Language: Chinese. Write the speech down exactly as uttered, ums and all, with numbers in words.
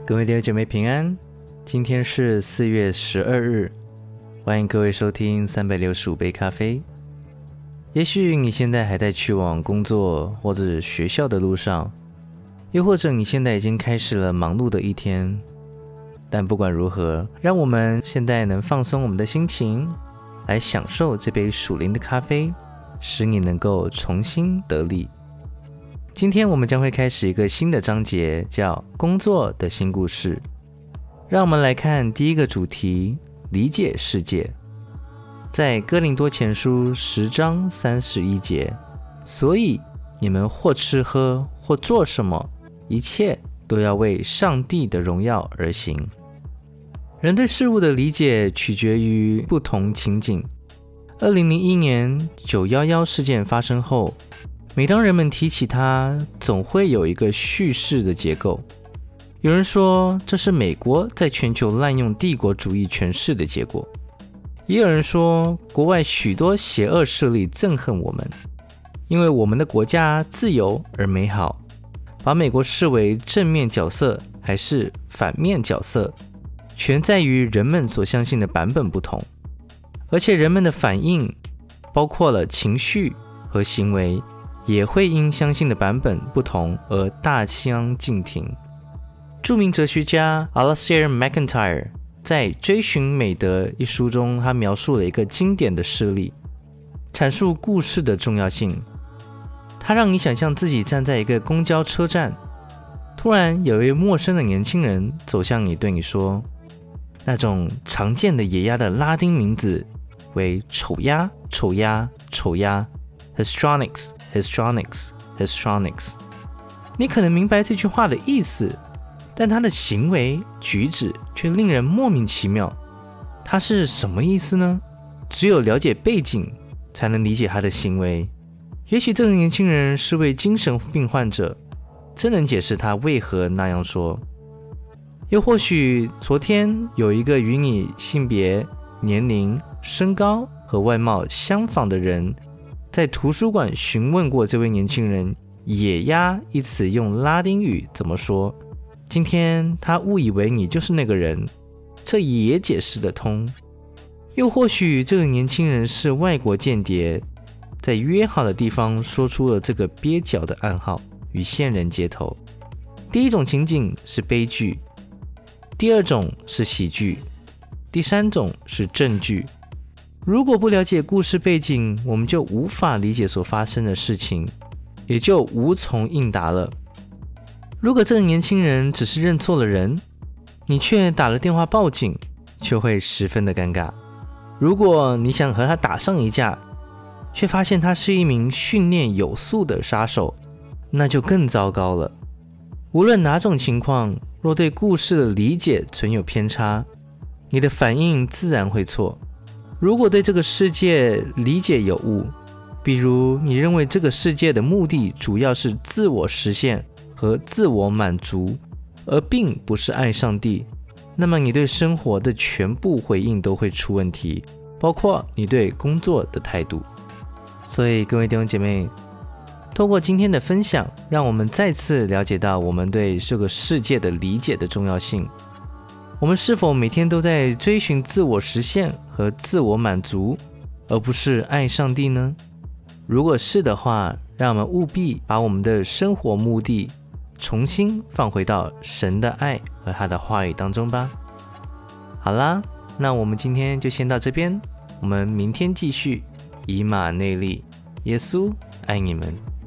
各位弟兄姐妹平安，今天是四月十二日，欢迎各位收听三百六十五杯咖啡。也许你现在还在去往工作或者学校的路上，又或者你现在已经开始了忙碌的一天，但不管如何，让我们现在能放松我们的心情，来享受这杯属灵的咖啡，使你能够重新得力。今天我们将会开始一个新的章节，叫工作的新故事。让我们来看第一个主题，理解世界。在哥林多前书十章三十一节，所以你们或吃喝或做什么，一切都要为上帝的荣耀而行。人对事物的理解取决于不同情景。二零零一年九一一事件发生后，每当人们提起它，总会有一个叙事的结构。有人说这是美国在全球滥用帝国主义权势的结果，也有人说国外许多邪恶势力憎恨我们，因为我们的国家自由而美好。把美国视为正面角色还是反面角色，全在于人们所相信的版本不同，而且人们的反应，包括了情绪和行为，也会因相信的版本不同而大相径庭。著名哲学家 Alasdair MacIntyre 在《追寻美德》一书中，他描述了一个经典的事例，阐述故事的重要性。他让你想象自己站在一个公交车站，突然有一位陌生的年轻人走向你，对你说，那种常见的野鸭的拉丁名字为丑鸭、丑鸭、丑鸭 Histrionyx Histrionyx Histrionyx。 你可能明白这句话的意思，但他的行为举止却令人莫名其妙。他是什么意思呢？只有了解背景才能理解他的行为。也许这个年轻人是位精神病患者，这能解释他为何那样说。又或许昨天有一个与你性别、年龄、身高和外貌相仿的人，在图书馆询问过这位年轻人野鸭一词用拉丁语怎么说。今天他误以为你就是那个人，这也解释得通。又或许这个年轻人是外国间谍，在约好的地方说出了这个蹩脚的暗号，与线人接头。第一种情景是悲剧，第二种是喜剧，第三种是正剧。如果不了解故事背景，我们就无法理解所发生的事情，也就无从应答了。如果这个年轻人只是认错了人，你却打了电话报警，就会十分的尴尬。如果你想和他打上一架，却发现他是一名训练有素的杀手，那就更糟糕了。无论哪种情况，若对故事的理解存有偏差，你的反应自然会错。如果对这个世界理解有误，比如你认为这个世界的目的主要是自我实现和自我满足，而并不是爱上帝，那么你对生活的全部回应都会出问题，包括你对工作的态度。所以各位弟兄姐妹，透过今天的分享，让我们再次了解到我们对这个世界的理解的重要性。我们是否每天都在追寻自我实现和自我满足，而不是爱上帝呢？如果是的话，让我们务必把我们的生活目的重新放回到神的爱和他的话语当中吧。好啦，那我们今天就先到这边，我们明天继续。以马内利，耶稣爱你们。